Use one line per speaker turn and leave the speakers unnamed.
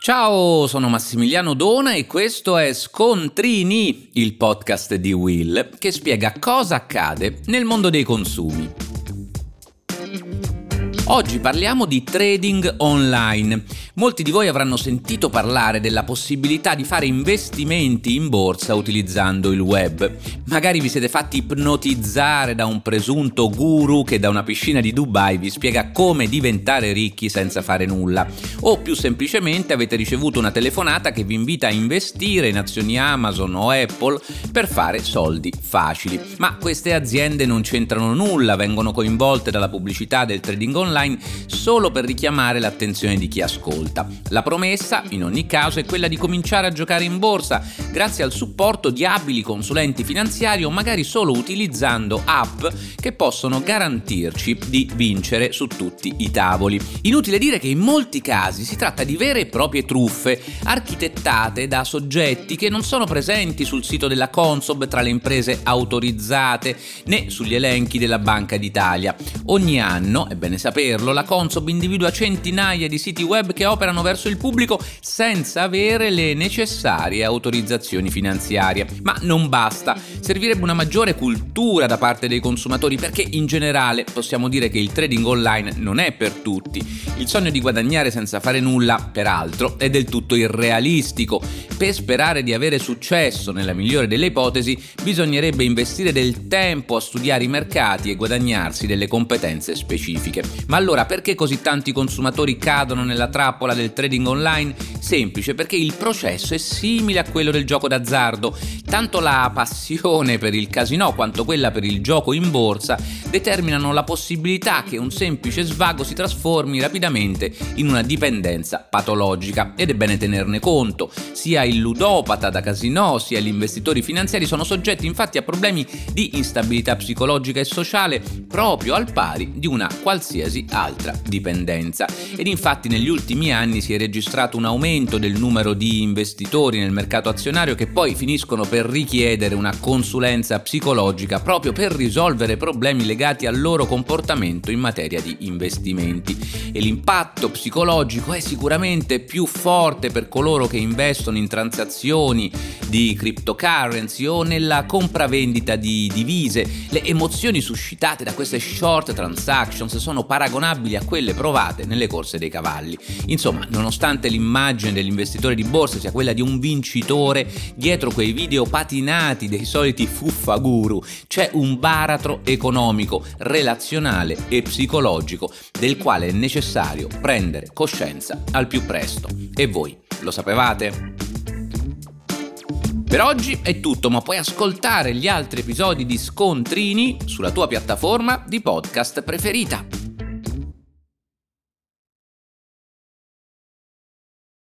Ciao, sono Massimiliano Dona e questo è Scontrini, il podcast di Will che spiega cosa accade nel mondo dei consumi. Oggi parliamo di trading online. Molti di voi avranno sentito parlare della possibilità di fare investimenti in borsa utilizzando il web. Magari vi siete fatti ipnotizzare da un presunto guru che da una piscina di Dubai vi spiega come diventare ricchi senza fare nulla. O più semplicemente avete ricevuto una telefonata che vi invita a investire in azioni Amazon o Apple per fare soldi facili. Ma queste aziende non c'entrano nulla, vengono coinvolte dalla pubblicità del trading online solo per richiamare l'attenzione di chi ascolta. La promessa, in ogni caso, è quella di cominciare a giocare in borsa grazie al supporto di abili consulenti finanziari o magari solo utilizzando app che possono garantirci di vincere su tutti i tavoli. Inutile dire che in molti casi si tratta di vere e proprie truffe, architettate da soggetti che non sono presenti sul sito della Consob tra le imprese autorizzate né sugli elenchi della Banca d'Italia. Ogni anno, è bene saperlo, la Consob individua centinaia di siti web che operano verso il pubblico senza avere le necessarie autorizzazioni finanziarie. Ma non basta, servirebbe una maggiore cultura da parte dei consumatori perché in generale possiamo dire che il trading online non è per tutti. Il sogno di guadagnare senza fare nulla, peraltro, è del tutto irrealistico. Per sperare di avere successo nella migliore delle ipotesi, bisognerebbe investire del tempo a studiare i mercati e guadagnarsi delle competenze specifiche. Ma allora perché così tanti consumatori cadono nella trappola del trading online? Semplice, perché il processo è simile a quello del gioco d'azzardo. Tanto la passione per il casinò quanto quella per il gioco in borsa determinano la possibilità che un semplice svago si trasformi rapidamente in una dipendenza patologica ed è bene tenerne conto. Sia il ludopata da casinò sia gli investitori finanziari sono soggetti infatti a problemi di instabilità psicologica e sociale proprio al pari di una qualsiasi altra dipendenza. Ed infatti negli ultimi anni si è registrato un aumento del numero di investitori nel mercato azionario che poi finiscono per richiedere una consulenza psicologica proprio per risolvere problemi legati al loro comportamento in materia di investimenti. E l'impatto psicologico è sicuramente più forte per coloro che investono in transazioni di cryptocurrency o nella compravendita di divise. Le emozioni suscitate da queste short transactions sono paragonabili a quelle provate nelle corse dei cavalli. Insomma, nonostante l'immagine dell'investitore di borsa sia quella di un vincitore, dietro quei video patinati dei soliti fuffaguru c'è un baratro economico, relazionale e psicologico del quale è necessario prendere coscienza al più presto. E voi lo sapevate? Per oggi è tutto, ma puoi ascoltare gli altri episodi di Scontrini sulla tua piattaforma di podcast preferita.